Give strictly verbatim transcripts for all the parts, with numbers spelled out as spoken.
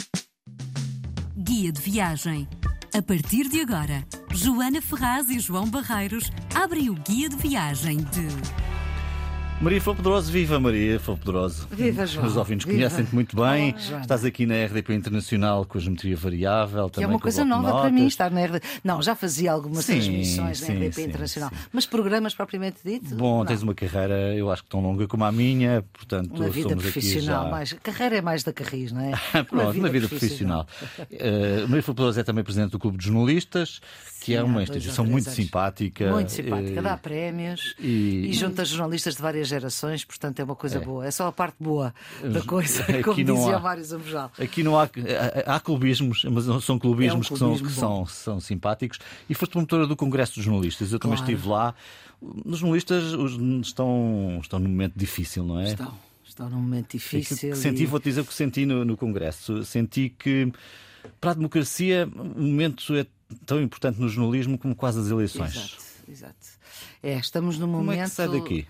Guia de viagem. A partir de agora, Joana Ferraz e João Barreiros abrem o guia de viagem de... Maria Flor Pedroso, viva Maria Flor Pedroso. Viva, João. Os ouvintes Viva. conhecem-te muito bem. Olá, Estás aqui na R D P Internacional com a geometria variável. Que também é uma com coisa o bloco de nova para notas. mim estar na R D P. Não, já fazia algumas Sim, transmissões na sim, R D P sim, Internacional. sim. Mas programas propriamente dito? Bom, não. tens uma carreira, eu acho que tão longa como a minha, portanto, Uma vida somos profissional. aqui já... Mais... Carreira é mais da Carris, não é? Pronto, uma vida profissional. Uh, Maria Flor Pedroso é também presidente do Clube de Jornalistas, que Sim, é uma há dois instituição ou três muito anos. simpática. Muito simpática, uh, dá prémios e- e... junta jornalistas de várias gerações, portanto é uma coisa É. boa. É só a parte boa da coisa, Aqui como não dizia há- o Mário Zambojal. Aqui não há, há, há clubismos, mas não são clubismos É um que, são, clubismo que bom. são, são simpáticos. E foste promotora do Congresso dos Jornalistas. Eu também Claro. estive lá. Os jornalistas os- estão, estão num momento difícil, não é? Estão, estão num momento Aquilo difícil. que senti, e- vou-te dizer o que senti no, no Congresso. Senti que para a democracia o momento é tão importante no jornalismo como quase as eleições. Exato, exato. É, estamos num Como momento. é que sai daqui?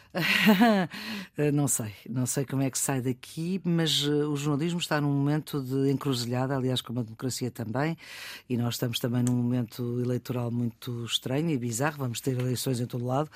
Não sei, não sei como é que sai daqui, mas uh, o jornalismo está num momento de encruzilhada, aliás, como a democracia também, e nós estamos também num momento eleitoral muito estranho e bizarro, vamos ter eleições em todo lado.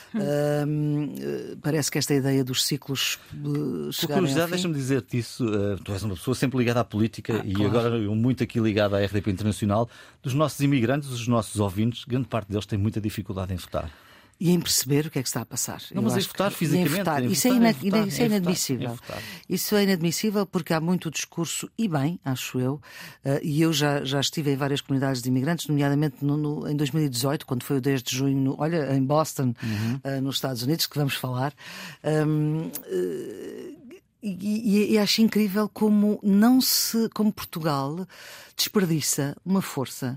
Um, uh, parece que esta ideia dos ciclos uh, Por chegarem ao curiosidade, fim... deixa-me dizer-te isso. uh, tu és uma pessoa sempre ligada à política Ah, e claro. agora eu muito aqui ligada à R D P Internacional. Dos nossos imigrantes, dos nossos ouvintes, grande parte deles tem muita dificuldade em votar. E em perceber o que é que está a passar. Não, Eu mas em acho que- votar e em fisicamente, votar. em Isso, é votar, ina- em votar, isso é em votar, inadmissível. em votar. Isso é inadmissível porque há muito discurso, e bem, acho eu, eh, e eu já, já estive em várias comunidades de imigrantes, nomeadamente no, no- em dois mil e dezoito, quando foi o dez de junho, no- olha, em Boston, Uhum. eh, nos Estados Unidos, que vamos falar. Hum, eh, E, e- e acho incrível como não se, como Portugal desperdiça uma força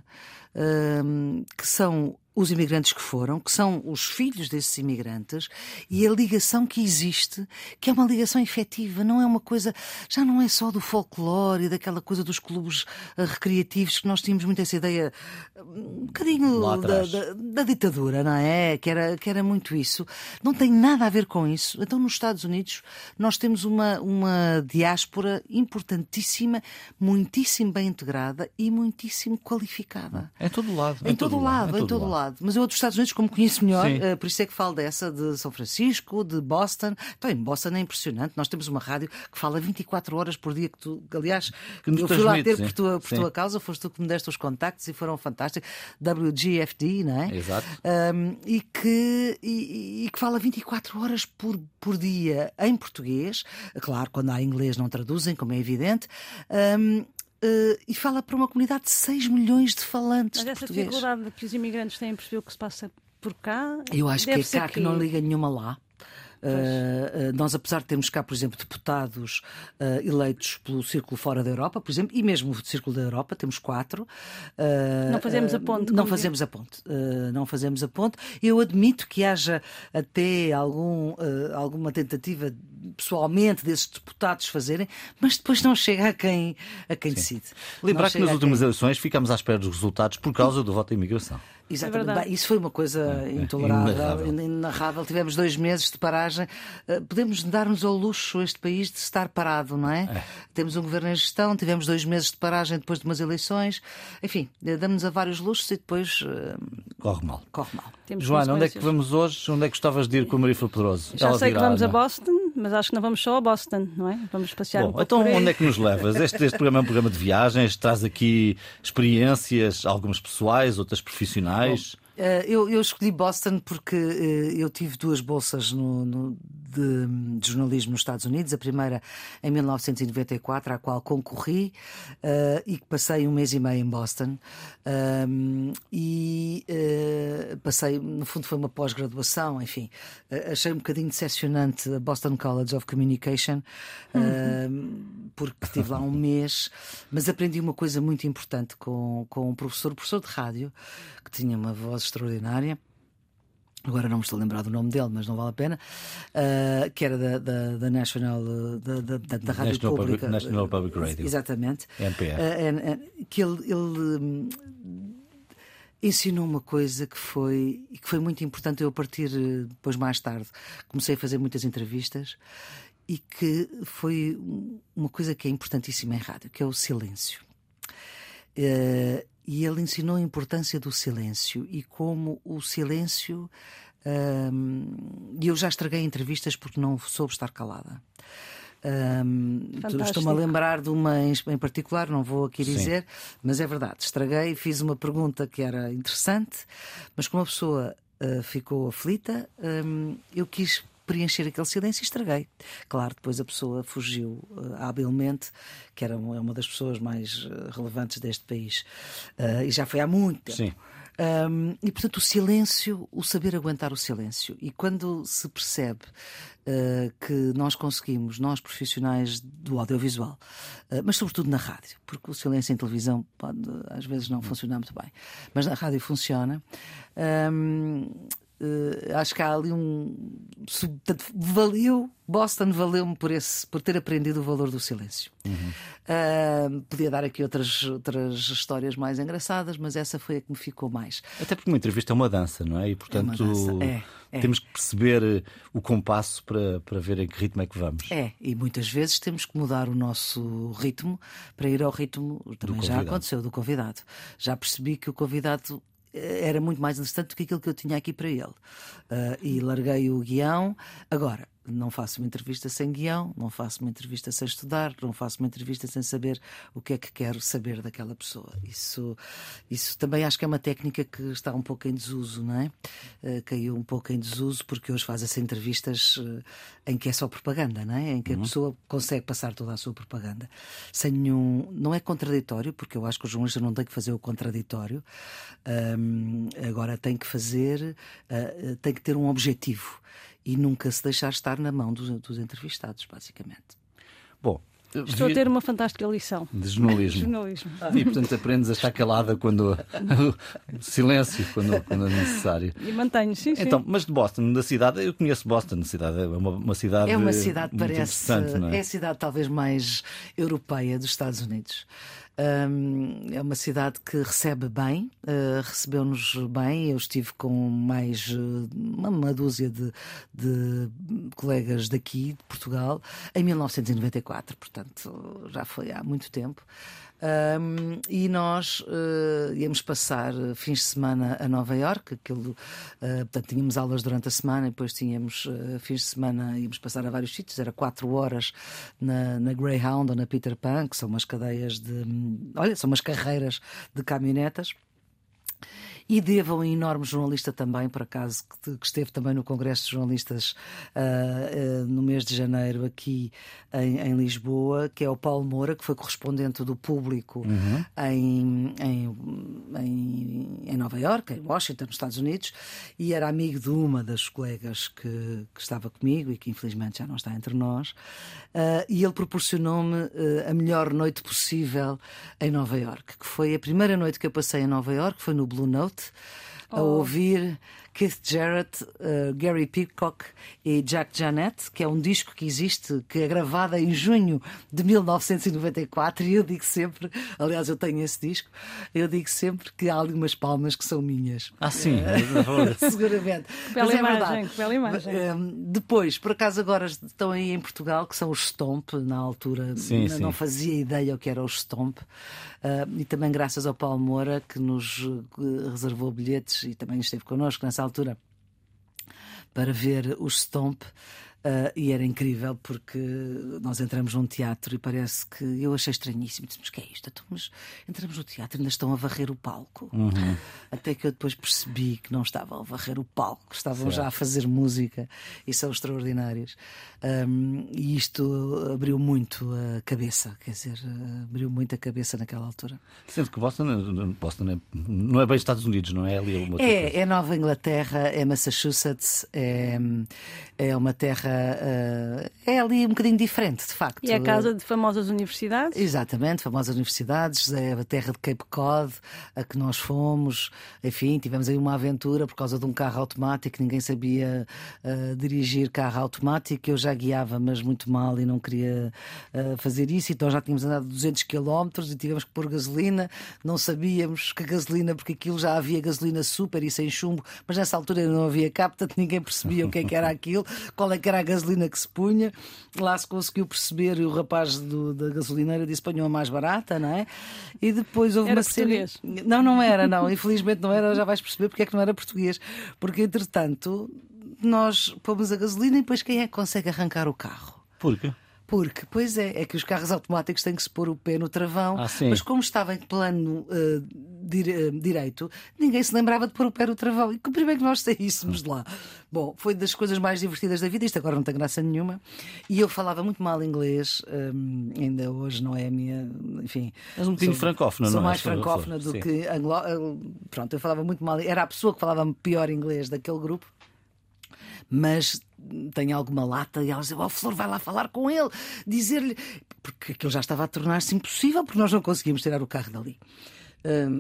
hum, que são os imigrantes que foram, que são os filhos desses imigrantes, e a ligação que existe, que é uma ligação efetiva, não é uma coisa, já não é só do folclore e daquela coisa dos clubes eh, recreativos, que nós tínhamos muito essa ideia um bocadinho Lá da, atrás. da- da ditadura, não é? Que era, que era muito isso. Não tem nada a ver com isso. Então, nos Estados Unidos, nós temos uma, uma diáspora importantíssima, muitíssimo bem integrada e muitíssimo qualificada. Em todo o lado. Em todo o lado, em todo o lado. Mas eu dos Estados Unidos, como conheço melhor, Sim. eh, por isso é que falo dessa, de São Francisco, de Boston. Então, em Boston é impressionante. Nós temos uma rádio que fala vinte e quatro horas por dia, que tu, que, aliás, Que nos eu fui lá ter transmite, por sim. tua, por Sim. tua causa, foste tu que me deste os contactos e foram fantásticos. W G F D, não é? Exato. Um, e, que, e, e que fala vinte e quatro horas por, por dia em português. Claro, quando há inglês não traduzem, como é evidente. Um, Uh, e fala para uma comunidade de seis milhões de falantes Mas de essa português. dificuldade que os imigrantes têm em perceber o que se passa por cá. Eu acho deve que é ser cá que não liga nenhuma lá. Uh, uh, nós, apesar de termos cá, por exemplo, deputados uh, eleitos pelo Círculo fora da Europa, por exemplo, e mesmo o Círculo da Europa, temos quatro. uh, Não fazemos a uh, ponte, Não como fazemos a ponte. Uh, não fazemos a ponte. Eu admito que haja até algum, uh, alguma tentativa, pessoalmente, desses deputados fazerem, mas depois não chega a quem, a quem decide. Lembrar Não que chega nas a últimas quem- eleições ficámos à espera dos resultados por causa do voto da imigração. Exatamente. verdade. Bem, isso foi uma coisa intolerável, inenarrável. inenarrável. Tivemos dois meses de paragem. Uh, Podemos dar-nos ao luxo, este país, de estar parado, não é? Temos um governo em gestão, tivemos dois meses de paragem depois de umas eleições. Enfim, uh, damos-nos a vários luxos e depois uh, Corre mal. corre mal. Temos Joana, onde é que consequências. vamos hoje? Onde é que gostavas de ir com a Maria Flor Pedroso? Já Ela sei que dirá, vamos a não é? Boston, mas acho que não vamos só a Boston, não é? Vamos passear um Bom, pouco então por aí. onde é que nos levas? Este, este programa é um programa de viagens, traz aqui experiências, algumas pessoais, outras profissionais. Uh, eu, eu escolhi Boston porque uh, eu tive duas bolsas no, no- de, de jornalismo nos Estados Unidos. A primeira em mil novecentos e noventa e quatro, à qual concorri uh, e que passei um mês e meio em Boston. Um, e uh, passei, no fundo, foi uma pós-graduação. Enfim, uh, achei um bocadinho decepcionante a Boston College of Communication, uh, porque estive lá um mês, mas aprendi uma coisa muito importante com, com um professor, um professor de rádio, que tinha uma voz extraordinária. Agora não me estou a lembrar do nome dele, mas não vale a pena. Uh, que era da, da, da National, uh, da, da, da, da Rádio National Public- Pública. National Public Radio. Exatamente. N P R. Uh, uh, uh, que ele, ele hum, ensinou uma coisa que foi, e que foi muito importante. Eu, a partir, uh, depois mais tarde, comecei a fazer muitas entrevistas. e que foi uma coisa que é importantíssima em rádio, que é o silêncio. Uh, e ele ensinou a importância do silêncio e como o silêncio... E uh, eu já estraguei entrevistas porque não soube estar calada. Um, Estou-me a lembrar de uma em, em particular, não vou aqui dizer, Sim. mas é verdade, estraguei, fiz uma pergunta que era interessante, mas como a pessoa uh, ficou aflita, um, eu quis preencher aquele silêncio e estraguei. Claro, depois a pessoa fugiu uh, habilmente, que era uma, uma das pessoas mais uh, relevantes deste país, uh, e já foi há muito tempo. Sim. Um, e portanto o silêncio, o saber aguentar o silêncio, e quando se percebe uh, que nós conseguimos, nós profissionais do audiovisual, uh, mas sobretudo na rádio, porque o silêncio em televisão pode às vezes não funcionar muito bem, mas na rádio funciona. um, Uh, acho que há ali um. Portanto, valeu, Boston valeu-me por, esse, por ter aprendido o valor do silêncio. Uhum. Uh, podia dar aqui outras, outras histórias mais engraçadas, mas essa foi a que me ficou mais. Até porque uma entrevista é uma dança, não é? E portanto é é, é. temos que perceber o compasso para, para ver em que ritmo é que vamos. É, e muitas vezes temos que mudar o nosso ritmo para ir ao ritmo, também já aconteceu, do convidado. Já percebi que o convidado era muito mais interessante do que aquilo que eu tinha aqui para ele. Uh, e larguei o guião. Agora, não faço uma entrevista sem guião, não faço uma entrevista sem estudar, não faço uma entrevista sem saber o que é que quero saber daquela pessoa. Isso, isso também acho que é uma técnica que está um pouco em desuso, não é? Uh, caiu um pouco em desuso porque hoje fazem-se entrevistas uh, em que é só propaganda, não é? Em que uhum. a pessoa consegue passar toda a sua propaganda. Sem nenhum... Não é contraditório, porque eu acho que o jornalista não tem que fazer o contraditório. Um, agora tem que fazer, uh, tem que ter um objetivo. E nunca se deixar estar na mão dos, dos entrevistados, basicamente. Bom, estou a ter uma fantástica lição de jornalismo. jornalismo. E portanto aprendes a estar calada quando silêncio quando, quando é necessário. E mantenho, sim, então, sim. Mas de Boston, da cidade, eu conheço Boston, a cidade é uma, uma cidade é uma cidade muito parece interessante, não é? É a cidade talvez mais europeia dos Estados Unidos. Um, é uma cidade que recebe bem, uh, recebeu-nos bem. Eu estive com mais uh, uma, uma dúzia de, de colegas daqui, de Portugal, em mil novecentos e noventa e quatro, portanto já foi há muito tempo. Um, e nós uh, íamos passar fins de semana a Nova Iorque. Aquilo, uh, portanto, tínhamos aulas durante a semana e depois tínhamos uh, fins de semana, íamos passar a vários sítios. Era quatro horas na, na Greyhound ou na Peter Pan, que são umas cadeias de... Olha, são umas carreiras de caminhonetas. E devo a um enorme jornalista também, por acaso, que, que esteve também no Congresso de Jornalistas uh, uh, no mês de janeiro aqui em, em Lisboa, que é o Paulo Moura, que foi correspondente do Público uhum. em, em, em, em Nova Iorque, em Washington, nos Estados Unidos, e era amigo de uma das colegas que, que estava comigo e que infelizmente já não está entre nós, uh, e ele proporcionou-me uh, a melhor noite possível em Nova Iorque, que foi a primeira noite que eu passei em Nova Iorque, foi no Blue Note, a oh. ouvir Keith Jarrett, uh, Gary Peacock e Jack Jeanette, que é um disco que existe, que é gravado em junho de mil novecentos e noventa e quatro, e eu digo sempre, aliás eu tenho esse disco, eu digo sempre que há ali umas palmas que são minhas. Ah, sim? Seguramente. Bela Mas é imagem, verdade. Que bela imagem. Um, depois, por acaso agora estão aí em Portugal, que são os Stomp, na altura sim, não, sim. não fazia ideia o que era os Stomp, uh, e também graças ao Paulo Moura, que nos uh, reservou bilhetes e também esteve connosco nessa altura para ver os Stomp. Uh, e era incrível porque nós entramos num teatro e parece que eu achei estranhíssimo. Disse, mas que é isto? Então, mas entramos no teatro e ainda estão a varrer o palco. Uhum. Até que eu depois percebi que não estavam a varrer o palco, que estavam certo. já a fazer música e são extraordinários. Um, e isto abriu muito a cabeça, quer dizer, abriu muito a cabeça naquela altura. Sendo que Boston, Boston é, não é bem Estados Unidos, não é? Ali uma é, é Nova Inglaterra, é Massachusetts, é, é uma terra. Uh, é ali um bocadinho diferente, de facto. E é a casa de famosas universidades? Exatamente, famosas universidades, é a terra de Cape Cod, a que nós fomos. Enfim, tivemos aí uma aventura por causa de um carro automático, ninguém sabia uh, dirigir carro automático, eu já guiava, mas muito mal e não queria uh, fazer isso, então já tínhamos andado duzentos quilómetros e tivemos que pôr gasolina, não sabíamos que a gasolina, porque aquilo já havia gasolina super e sem chumbo, mas nessa altura não havia cá, portanto ninguém percebia o que é que era aquilo, qual é que era a gasolina que se punha. Lá se conseguiu perceber e o rapaz do, da gasolineira disse: ponham a mais barata, não é? E depois houve era uma cena. português? Não, não era, não. Infelizmente não era, já vais perceber porque é que não era português. Porque entretanto nós pomos a gasolina e depois quem é que consegue arrancar o carro? Por quê? Porque, pois é, é que os carros automáticos têm que se pôr o pé no travão, ah, sim. mas como estava em plano uh, dire, uh, direito, ninguém se lembrava de pôr o pé no travão. E que primeiro que nós saíssemos de lá. Bom, foi das coisas mais divertidas da vida, isto agora não tem graça nenhuma. E eu falava muito mal inglês, um, ainda hoje não é a minha. Enfim. És um bocadinho francófona, Sou não é? mais francófona do sim. que anglo... Pronto, eu falava muito mal. Era a pessoa que falava pior inglês daquele grupo. Mas tem alguma lata e ela diz: ó, oh, Flor, vai lá falar com ele, dizer-lhe, porque aquilo já estava a tornar-se impossível, porque nós não conseguíamos tirar o carro dali. Um,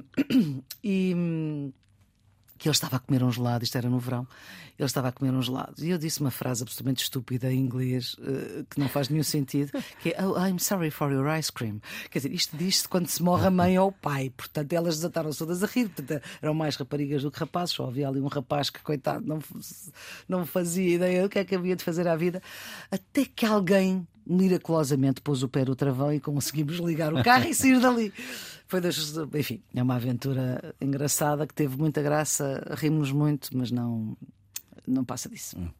e que ele estava a comer um gelado, isto era no verão, ele estava a comer um gelado. E eu disse uma frase absolutamente estúpida em inglês, uh, que não faz nenhum sentido, que é: oh, I'm sorry for your ice cream. Quer dizer, isto diz-se quando se morre a mãe ou o pai. Portanto, elas desataram-se todas a rir. Portanto, eram mais raparigas do que rapazes. Só havia ali um rapaz que, coitado, não, não fazia ideia do que é que havia de fazer à vida. Até que alguém miraculosamente pôs o pé no travão e conseguimos ligar o carro e sair dali. Foi das... Enfim, é uma aventura engraçada que teve muita graça, rimos muito, mas não, não passa disso. Hum.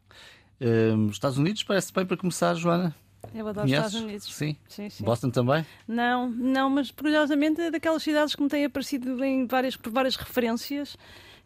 Uh, Estados Unidos parece bem para começar, Joana? Eu adoro os Estados Unidos. Sim. Sim, sim. Boston também? Não, não, mas curiosamente é daquelas cidades que me têm aparecido em várias, por várias referências.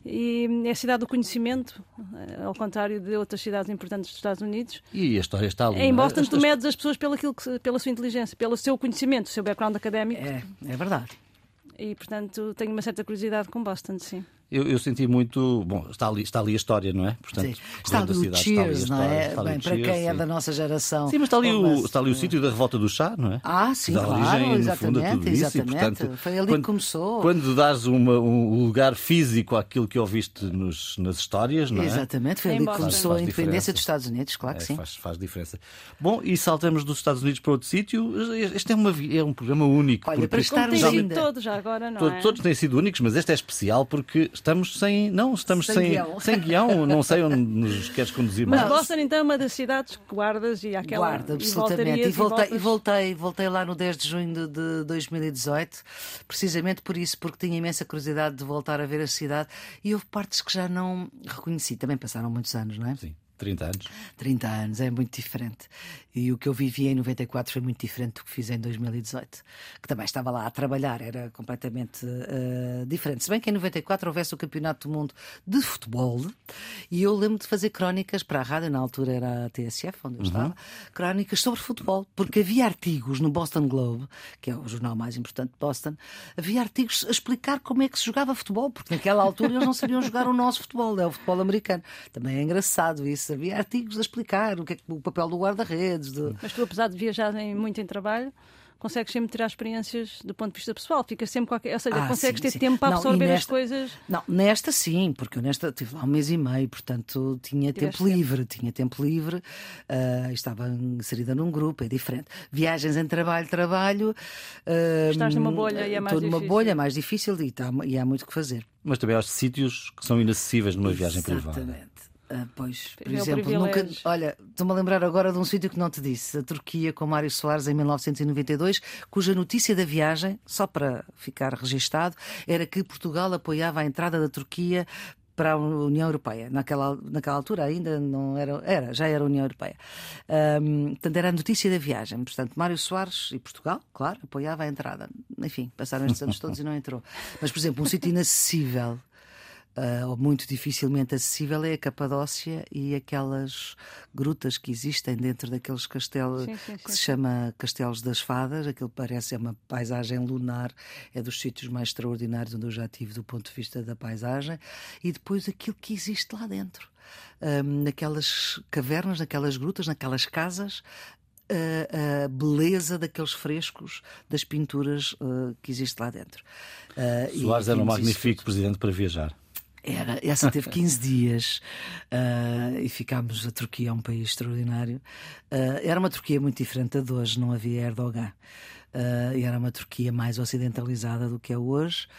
E é a cidade do conhecimento, ao contrário de outras cidades importantes dos Estados Unidos. E a história está ali. Em Boston, tu medes as pessoas pelo aquilo que, pela sua inteligência, pelo seu conhecimento, o seu background académico. É, é verdade. E, portanto, tenho uma certa curiosidade com Boston, sim. Eu, eu senti muito. Bom, está ali, está ali a história, não é? Portanto, sim. Está ali o Cheers, não é? Está Bem, para Cheers, quem é sim. da nossa geração. Sim, mas está ali, mas... o, está ali o sítio da revolta do chá, não é? Ah, sim, da claro, origem, exatamente, no fundo, tudo isso, exatamente. e, portanto, foi ali quando, que começou. Quando dás uma, um lugar físico àquilo que ouviste nos, nas histórias, não é? Exatamente, foi em ali que Boston. começou Faz a independência diferença. dos Estados Unidos, claro que É, sim. faz, faz diferença. Bom, e saltamos dos Estados Unidos para outro sítio. Este é, uma, é um programa único. Olha, porque para Como estarmos tem sido ainda. todos já agora, não Todos, é? todos têm sido únicos, mas este é especial porque estamos sem. Não, estamos Sem sem, guião. sem guião. Não sei onde nos queres conduzir Mas mais. Boston, então, é uma das cidades que guardas e aquela. Guarda, e absolutamente. voltarias E voltei, voltas- e voltei, voltei lá no dez de junho de, de dois mil e dezoito, precisamente por isso, porque tinha imensa curiosidade de voltar a ver a cidade e houve partes que já não reconheci. Também passaram muitos anos, não é? Sim, trinta anos. trinta anos, é muito diferente. E o que eu vivi em noventa e quatro foi muito diferente do que fiz em dois mil e dezoito, que também estava lá a trabalhar, era completamente uh, diferente. Se bem que em noventa e quatro houvesse o Campeonato do Mundo de Futebol, e eu lembro de fazer crónicas para a rádio, na altura era a T S F, onde eu Uhum. estava, crónicas sobre futebol, porque havia artigos no Boston Globe, que é o jornal mais importante de Boston, havia artigos a explicar como é que se jogava futebol, porque naquela altura eles não sabiam jogar o nosso futebol, é o futebol americano. Também é engraçado isso. Havia artigos a explicar o que é o papel do guarda-redes. De... Mas tu, apesar de viajar em, muito em trabalho, consegues sempre tirar experiências do ponto de vista pessoal. Ficas sempre qualquer... Ou seja, Ah, consegues sim, ter sim. tempo para Não, absorver e as nesta- coisas. Não, nesta sim, porque eu nesta estive lá um mês e meio, portanto tinha Tiveste tempo livre, tinha tempo livre, ah, estava inserida num grupo, é diferente. Viagens em trabalho, trabalho. ah, Estás numa bolha e é mais Estou numa difícil. bolha, é mais difícil e, tá- e há muito que fazer. Mas também há sítios que são inacessíveis numa viagem privada. Exatamente. Ah, pois, por É o exemplo, nunca, privilégio. olha, estou-me a lembrar agora de um sítio que não te disse, a Turquia com Mário Soares em mil novecentos e noventa e dois, cuja notícia da viagem, só para ficar registado, era que Portugal apoiava a entrada da Turquia para a União Europeia. Naquela, naquela altura ainda não era, era, já era a União Europeia. Ahm, portanto, era a notícia da viagem. Portanto, Mário Soares e Portugal, claro, apoiava a entrada. Enfim, passaram estes anos todos e não entrou. Mas, por exemplo, um sítio inacessível, Uh, ou muito dificilmente acessível, é a Capadócia e aquelas grutas que existem dentro daqueles castelos Sim, sim, que sim, se chama Castelos das Fadas. Aquilo parece é uma paisagem lunar, é dos sítios mais extraordinários onde eu já tive do ponto de vista da paisagem. E depois aquilo que existe lá dentro, um, naquelas cavernas, naquelas grutas, naquelas casas. A, a beleza daqueles frescos, das pinturas uh, que existe lá dentro. Uh, Soares e, era um vimos isso magnífico presidente para viajar. Era, essa teve quinze dias uh, e ficámos. A Turquia é um país extraordinário. Uh, era uma Turquia muito diferente da de hoje, não havia Erdogan. Uh, e era uma Turquia mais ocidentalizada do que é hoje.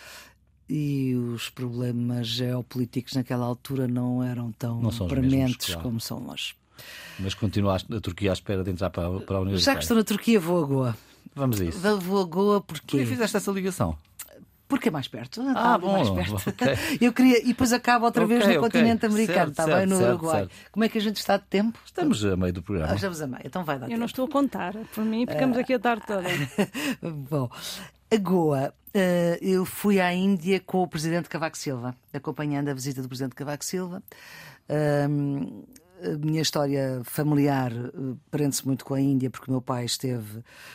E os problemas geopolíticos naquela altura não eram tão Não são os prementes mesmos, claro. como são hoje. Mas continua a Turquia à espera de entrar para a, para a União Europeia. Já que estou na Turquia, vou a Goa. Vamos a isso. Vou a Goa porque... Por que fizeste essa ligação? Porque é mais perto. Ah, ah bom. Mais perto. Okay. Eu queria... E depois acaba outra okay, vez no okay. continente americano, certo, está certo, bem? No certo, Uruguai. Certo. Como é que a gente está de tempo? Estamos a meio do programa. Ah, estamos a meio, então vai dar Eu tempo. não estou a contar. Por mim, ficamos aqui a tarde toda. Bom, a Goa. Uh, eu fui à Índia com o Presidente Cavaco Silva, acompanhando a visita do Presidente Cavaco Silva. Um, A minha história familiar uh, prende-se muito com a Índia, porque o meu pai esteve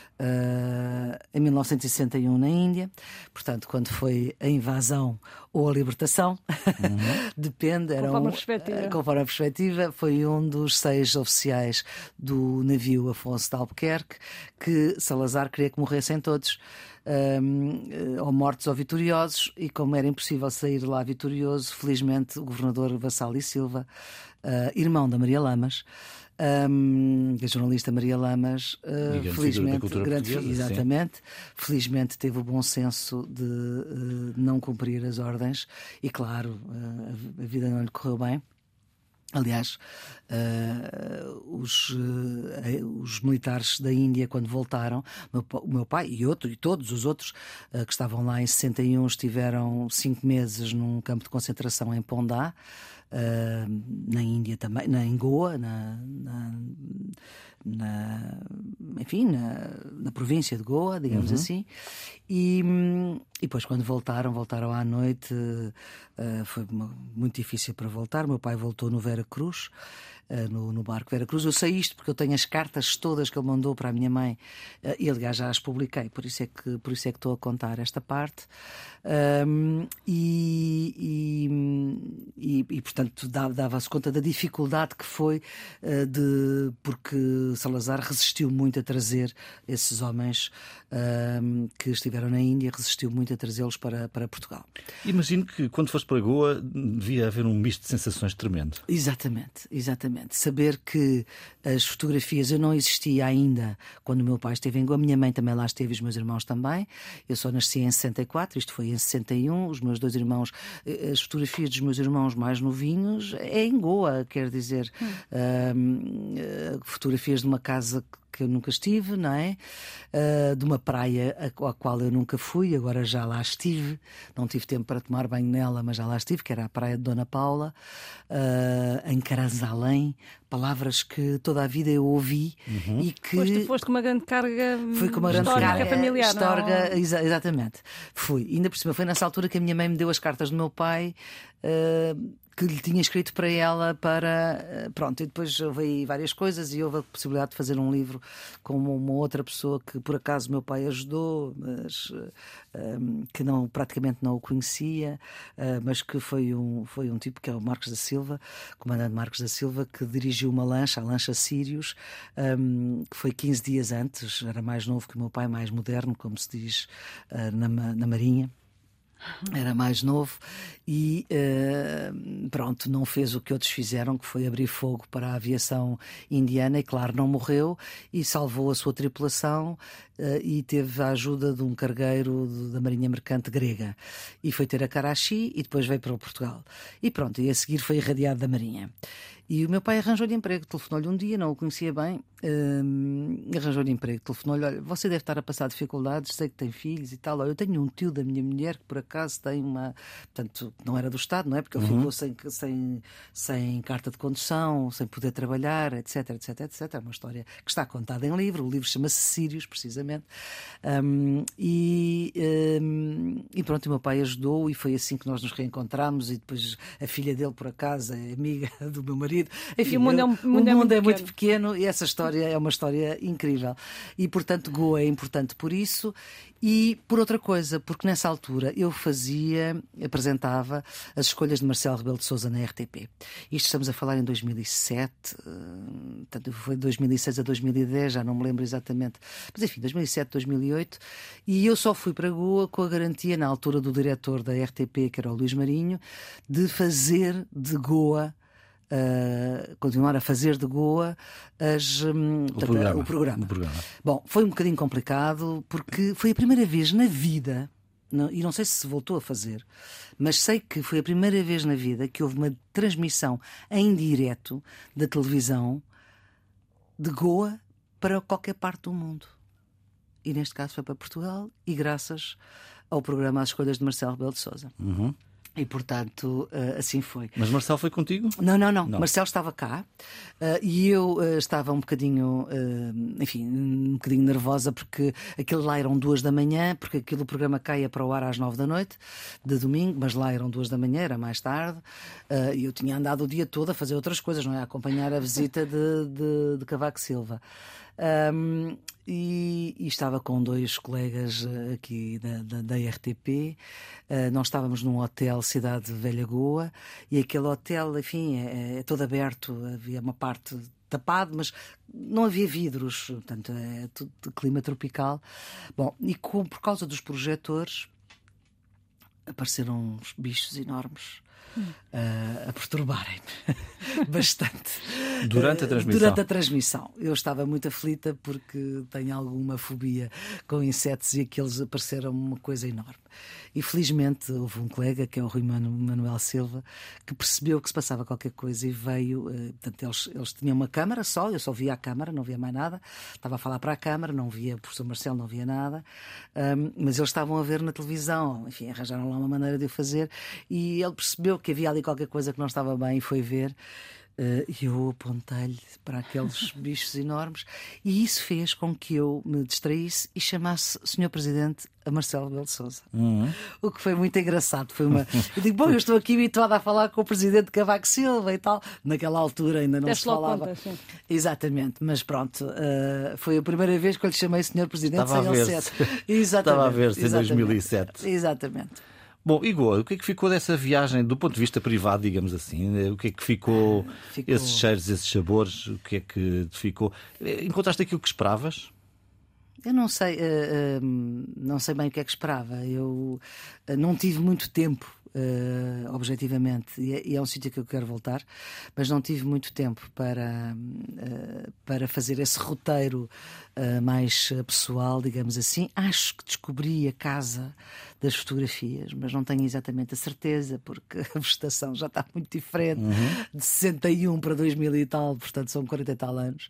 uh, em mil novecentos e sessenta e um na Índia. Portanto, quando foi a invasão ou a libertação, uhum. depende. Era conforme, um, a perspectiva. Uh, conforme a perspectiva, foi um dos seis oficiais do navio Afonso de Albuquerque que Salazar queria que morressem todos. Um, ou mortos ou vitoriosos, e como era impossível sair de lá vitorioso, felizmente o governador Vassal e Silva, uh, irmão da Maria Lamas, um, a jornalista Maria Lamas, uh, grande felizmente, grande exatamente, felizmente teve o bom senso de uh, não cumprir as ordens, e claro, uh, a vida não lhe correu bem. Aliás, uh, os, uh, os militares da Índia, quando voltaram, meu, o meu pai e outro, e todos os outros uh, que estavam lá em sessenta e um, estiveram cinco meses num campo de concentração em Pondá, uh, na Índia também, na, em Goa, na, na, na, enfim, na, na província de Goa, digamos uhum. assim. E, e depois, quando voltaram, voltaram à noite, uh, foi muito difícil para voltar. Meu pai voltou no Vera Cruz, uh, no, no barco Vera Cruz. Eu sei isto porque eu tenho as cartas todas que ele mandou para a minha mãe, uh, e aliás já as publiquei, por isso é que, por isso é que estou a contar esta parte. Um, e, e, e, e, portanto, dava-se conta da dificuldade que foi, uh, de, porque Salazar resistiu muito a trazer esses homens um, que estiveram na Índia, resistiu muito a trazê-los para, para Portugal. Imagino que quando foste para Goa devia haver um misto de sensações tremendo. Exatamente, exatamente. Saber que as fotografias, eu não existia ainda quando o meu pai esteve em Goa, a minha mãe também lá esteve, os meus irmãos também. Eu só nasci em sessenta e quatro, isto foi em sessenta e um, os meus dois irmãos, as fotografias dos meus irmãos mais novinhos é em Goa, quer dizer, hum. uh, fotografias de uma casa que eu nunca estive, não é? Uh, de uma praia à qual eu nunca fui, agora já lá estive, não tive tempo para tomar banho nela, mas já lá estive, que era a praia de Dona Paula, uh, em Carazalém, palavras que toda a vida eu ouvi uhum. e que... Pois tu foste com uma grande carga Foi com uma grande carga familiar, histórica, não? Exa exatamente. Fui. Ainda por cima, foi nessa altura que a minha mãe me deu as cartas do meu pai, uh, que lhe tinha escrito para ela, para... Pronto, e depois houve aí várias coisas e houve a possibilidade de fazer um livro com uma outra pessoa que por acaso meu pai ajudou, mas um, que não, praticamente não o conhecia, uh, mas que foi um, foi um tipo que é o Marcos da Silva, comandante Marcos da Silva, que dirigiu uma lancha, a lancha Sírios, um, que foi quinze dias antes, era mais novo que o meu pai, mais moderno, como se diz uh, na, na Marinha. Era mais novo e uh, pronto, não fez o que outros fizeram, que foi abrir fogo para a aviação indiana, e claro, não morreu e salvou a sua tripulação, uh, e teve a ajuda de um cargueiro de, da Marinha Mercante grega, e foi ter a Karachi e depois veio para Portugal e pronto, e a seguir foi irradiado da Marinha. E o meu pai arranjou-lhe emprego, telefonou-lhe um dia, não o conhecia bem, hum, arranjou-lhe emprego, telefonou-lhe: olha, você deve estar a passar dificuldades, sei que tem filhos e tal. Olha, eu tenho um tio da minha mulher que por acaso tem uma... Portanto, não era do Estado, não é? Porque ele uhum. ficou sem, sem, sem carta de condução, sem poder trabalhar, etc, etc, etc. É uma história que está contada em livro, o livro chama-se Sírios, precisamente. Um, e, um, e pronto, o meu pai ajudou e foi assim que nós nos reencontramos, e depois a filha dele, por acaso, é amiga do meu marido. Enfim, o mundo, é, um, o mundo, mundo é, muito, é muito pequeno. pequeno e essa história é uma história incrível. E, portanto, Goa é importante por isso e por outra coisa, porque nessa altura eu fazia, apresentava as escolhas de Marcelo Rebelo de Sousa na R T P. Isto estamos a falar em dois mil e sete, portanto, foi de dois mil e seis a dois mil e dez, já não me lembro exatamente. Mas, enfim, dois mil e sete, dois mil e oito. E eu só fui para Goa com a garantia, na altura do diretor da R T P, que era o Luís Marinho, de fazer de Goa... Uh, continuar a fazer de Goa as, um, o, portanto, programa, o, programa. o programa. Bom, foi um bocadinho complicado porque foi a primeira vez na vida, não, e não sei se se voltou a fazer, mas sei que foi a primeira vez na vida que houve uma transmissão em direto da televisão de Goa para qualquer parte do mundo. E neste caso foi para Portugal, e graças ao programa As Escolhas de Marcelo Rebelo de Sousa. Uhum. E portanto, assim foi. Mas Marcelo foi contigo? Não, não, não. Não. Marcelo estava cá uh, e eu uh, estava um bocadinho, uh, enfim, um bocadinho nervosa, porque aquilo lá eram duas da manhã, porque aquilo o programa caía para o ar às nove da noite, de domingo, mas lá eram duas da manhã, era mais tarde, uh, e eu tinha andado o dia todo a fazer outras coisas, não é? A acompanhar a visita de, de, de Cavaco Silva. Um, e, e estava com dois colegas aqui da, da, da R T P. Uh, nós estávamos num hotel Cidade Velha Goa, e aquele hotel, enfim, é, é todo aberto, havia uma parte tapado, mas não havia vidros, portanto é tudo de clima tropical. Bom, e com, por causa dos projetores apareceram uns bichos enormes Uh, a perturbarem-me bastante durante a transmissão. Durante a transmissão. Eu estava muito aflita porque tenho alguma fobia com insetos, e aqueles apareceram uma coisa enorme. E felizmente houve um colega, que é o Rui Manuel Silva, que percebeu que se passava qualquer coisa e veio. Uh, portanto, eles, eles tinham uma câmara só, eu só via a câmara, não via mais nada. Estava a falar para a câmara, não via o professor Marcelo, não via nada. Um, mas eles estavam a ver na televisão, enfim, arranjaram lá uma maneira de o fazer, e ele percebeu que havia ali qualquer coisa que não estava bem e foi ver. Uh, e eu apontei-lhe para aqueles bichos enormes, e isso fez com que eu me distraísse e chamasse senhor Presidente a Marcelo Rebelo de Sousa. Uhum. O que foi muito engraçado. Foi uma... Eu digo, bom, eu estou aqui habituada a falar com o Presidente Cavaco Silva e tal. Naquela altura ainda não Deste se falava. Conta, sim. Exatamente, mas pronto, uh, foi a primeira vez que eu lhe chamei senhor Presidente. Estava sem a ele ver-se. ser. Exatamente. Estava a ver-se em Exatamente. dois mil e sete. Exatamente. Bom, Igor, o que é que ficou dessa viagem do ponto de vista privado, digamos assim? O que é que ficou, ficou... esses cheiros, esses sabores, o que é que ficou? Encontraste aquilo que esperavas? Eu não sei, uh, uh, não sei bem o que é que esperava. Eu uh, não tive muito tempo, uh, objetivamente, e é, e é um sítio que eu quero voltar, mas não tive muito tempo para, uh, para fazer esse roteiro uh, mais pessoal, digamos assim. Acho que descobri a casa das fotografias, mas não tenho exatamente a certeza, porque a vegetação já está muito diferente, uhum. de sessenta e um para dois mil e tal, portanto são quarenta e tal anos.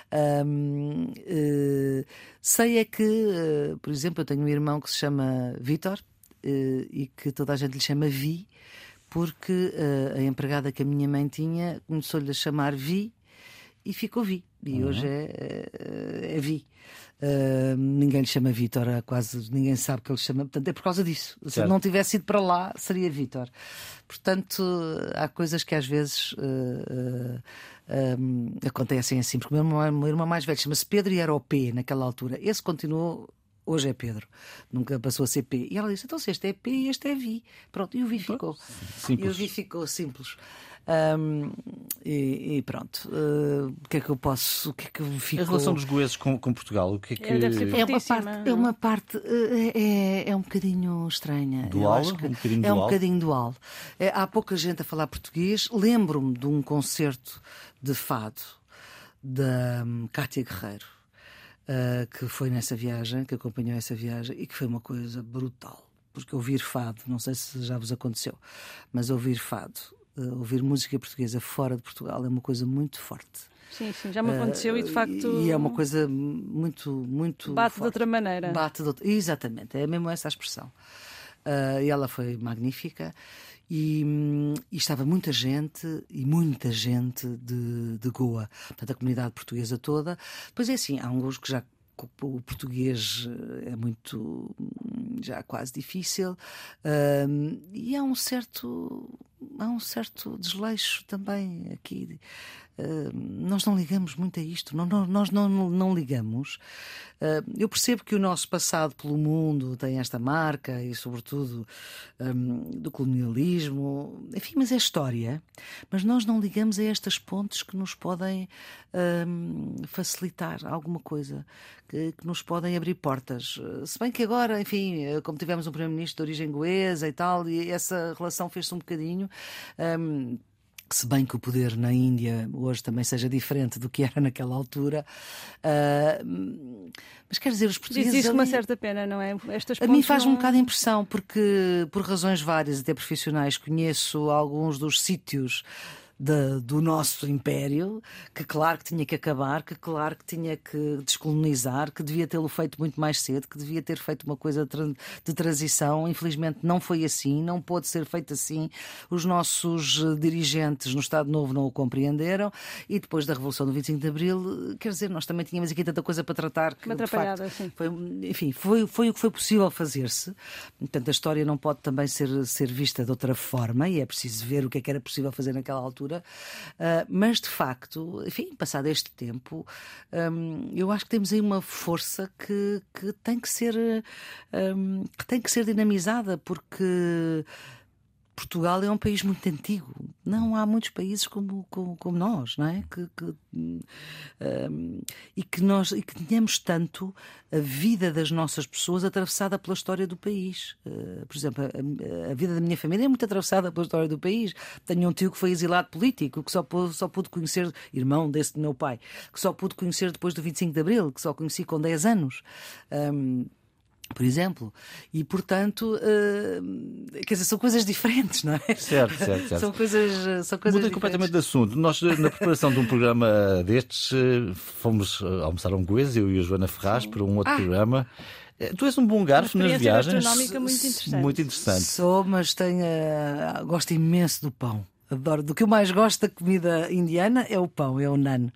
Um, uh, sei é que, uh, por exemplo, eu tenho um irmão que se chama Vítor, uh, e que toda a gente lhe chama Vi, porque uh, a empregada que a minha mãe tinha começou-lhe a chamar Vi e ficou Vi, e uhum. hoje é, é, é Vi. Uh, ninguém lhe chama Vítor, quase ninguém sabe que ele chama, portanto é por causa disso. Certo. Se não tivesse ido para lá, seria Vítor. Portanto, há coisas que às vezes uh, uh, um, acontecem assim, porque o meu irmão, meu irmão mais velho chama-se Pedro e era o P naquela altura. Esse continuou, hoje é Pedro, nunca passou a ser P. E ela disse: então, se este é P, este é Vi. Pronto, e o Vi ficou. Simples. E o Vi ficou simples. Um, e, e pronto, uh, o que é que eu posso, o que é que ficou? A relação dos goeses com, com Portugal, o que é que... É uma parte, é, uma parte uh, é, é um bocadinho estranha. Dual? Eu acho que um bocadinho é dual? um bocadinho dual. É, há pouca gente a falar português. Lembro-me de um concerto de fado da um, Cátia Guerreiro, uh, que foi nessa viagem, que acompanhou essa viagem, e que foi uma coisa brutal. Porque ouvir fado, não sei se já vos aconteceu, mas ouvir fado, Uh, ouvir música portuguesa fora de Portugal é uma coisa muito forte. Sim, sim, já me aconteceu uh, e de facto... E é uma coisa muito, muito bate forte. de outra maneira. Bate de outra... Exatamente, é mesmo essa a expressão. Uh, e ela foi magnífica e, e estava muita gente, e muita gente de, de Goa, portanto a comunidade portuguesa toda. Pois é assim, há uns que já... O português é muito, já quase difícil, um, e há um certo, há um certo desleixo também aqui. Uh, nós não ligamos muito a isto, não, não, nós não, não, não ligamos. Uh, eu percebo que o nosso passado pelo mundo tem esta marca, e sobretudo um, do colonialismo, enfim, mas é história. Mas nós não ligamos a estas pontes que nos podem um, facilitar alguma coisa, que, que nos podem abrir portas. Se bem que agora, enfim, como tivemos um primeiro-ministro de origem goesa e tal, e essa relação fez-se um bocadinho... Um, se bem que o poder na Índia hoje também seja diferente do que era naquela altura, uh, mas quer dizer, os portugueses... Diz isso com ali... uma certa pena, não é? Estas A mim faz não... um bocado de impressão, porque por razões várias, até profissionais, conheço alguns dos sítios de, do nosso império, que claro que tinha que acabar, que claro que tinha que descolonizar, que devia tê-lo feito muito mais cedo, que devia ter feito uma coisa de transição. Infelizmente não foi assim, não pôde ser feito assim. Os nossos dirigentes no Estado Novo não o compreenderam, e depois da Revolução do vinte e cinco de Abril, quer dizer, nós também tínhamos aqui tanta coisa para tratar que, uma de atrapalhada, facto, sim. foi, enfim, foi, foi o que foi possível fazer-se. Portanto, a história não pode também ser, ser vista de outra forma, e é preciso ver o que é que era possível fazer naquela altura. Uh, mas, de facto, enfim, passado este tempo, um, eu acho que temos aí uma força que, que, tem que, ser, um, que tem que ser dinamizada, porque Portugal é um país muito antigo. Não há muitos países como, como, como nós, não é? Que, que, um, e, que nós, e que tenhamos tanto a vida das nossas pessoas atravessada pela história do país. Uh, por exemplo, a, a vida da minha família é muito atravessada pela história do país. Tenho um tio que foi exilado político, que só pude, só pude conhecer, irmão desse do meu pai, que só pude conhecer depois do vinte e cinco de Abril, que só conheci com dez anos. Um, Por exemplo, e portanto, uh, quer dizer, são coisas diferentes, não é? Certo, certo, certo. São coisas, são coisas Mudei completamente de assunto. Nós, na preparação de um programa destes, fomos almoçar a um Goes, eu e a Joana Ferraz, para um outro ah. programa. Tu és um bom garfo nas viagens. Muito interessante. Muito interessante. Sou, mas tenho, uh, gosto imenso do pão. Adoro. Do que eu mais gosto da comida indiana é o pão, é o naan.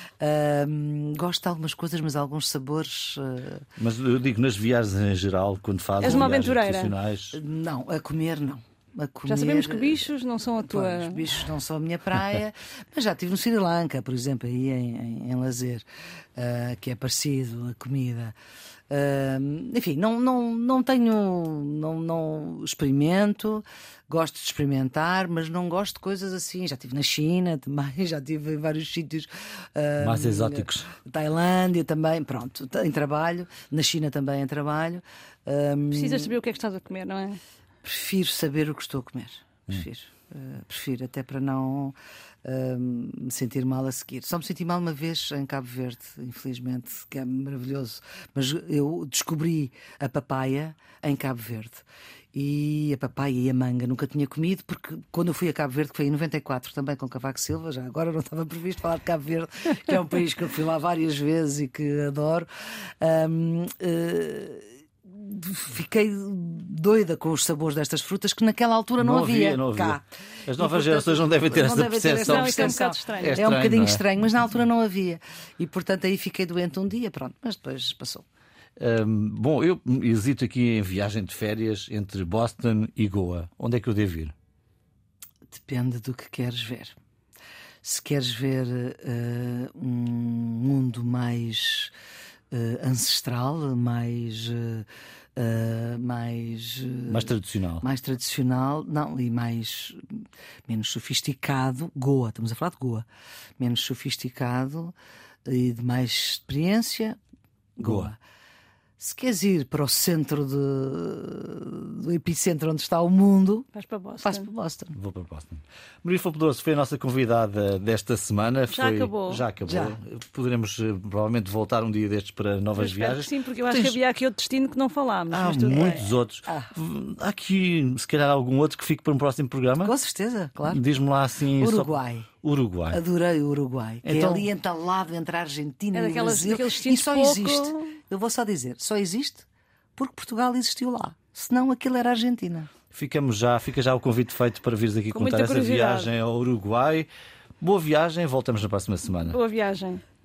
Uh, gosto de algumas coisas, mas alguns sabores. Uh... Mas eu digo nas viagens em geral, quando fazem És uma viagens aventureira? profissionais. Não, a comer não. A comer... Já sabemos que bichos não são a tua. Bom, os bichos não são a minha praia, mas já estive no Sri Lanka, por exemplo, aí em, em, em lazer, uh, que é parecido a comida. Uh, enfim, não, não, não tenho, não, não experimento, gosto de experimentar, mas não gosto de coisas assim. Já estive na China também, já estive em vários sítios uh, mais exóticos. Tailândia também, pronto, em trabalho, na China também em trabalho. Uh, Precisas saber o que é que estás a comer, não é? Prefiro saber o que estou a comer. Prefiro. Hum. Uh, prefiro, até para não uh, me sentir mal a seguir. Só me senti mal uma vez em Cabo Verde, infelizmente, que é maravilhoso. Mas eu descobri a papaya em Cabo Verde. E a papaya e a manga nunca tinha comido, porque quando eu fui a Cabo Verde, que foi em noventa e quatro, também com Cavaco Silva, já agora não estava previsto falar de Cabo Verde, que é um país que eu fui lá várias vezes e que adoro. Um, uh, Fiquei doida com os sabores destas frutas que naquela altura não, não havia, havia, não havia. cá. As novas e, gerações não devem ter não esta devem ter percepção. essa Não, isso é um bocado estranho. É, é estranho, um bocadinho não é? estranho, mas na altura não havia. E portanto aí fiquei doente um dia, pronto, mas depois passou. Hum, bom, eu hesito aqui em viagem de férias entre Boston e Goa. Onde é que eu devo ir? Depende do que queres ver. Se queres ver uh, um mundo mais uh, ancestral, mais... Uh, Uh, mais uh, mais tradicional, mais tradicional, não, e mais menos sofisticado, Goa, estamos a falar de Goa, menos sofisticado e de mais experiência, Goa. Goa. Se queres ir para o centro de, do epicentro onde está o mundo, vais para Boston. Vais para Boston. Vou para Boston. Maria Flor Pedroso foi a nossa convidada desta semana. Já foi... acabou. Já acabou. Já. Poderemos provavelmente voltar um dia destes para novas eu viagens. Sim, porque eu acho Tens... que havia aqui outro destino que não falámos. Há tu... muitos é... outros. Ah. Há aqui, se calhar, algum outro que fique para um próximo programa? Com certeza, claro. Diz-me lá assim. Uruguai. Só... Uruguai. Adorei o Uruguai. Então... Que é ali entalado entre a Argentina é e o Brasil. E só pouco... existe. Eu vou só dizer, só existe porque Portugal existiu lá. Senão aquilo era a Argentina. Ficamos já, fica já o convite feito para vires aqui Com contar essa viagem ao Uruguai. Boa viagem, voltamos na próxima semana. Boa viagem.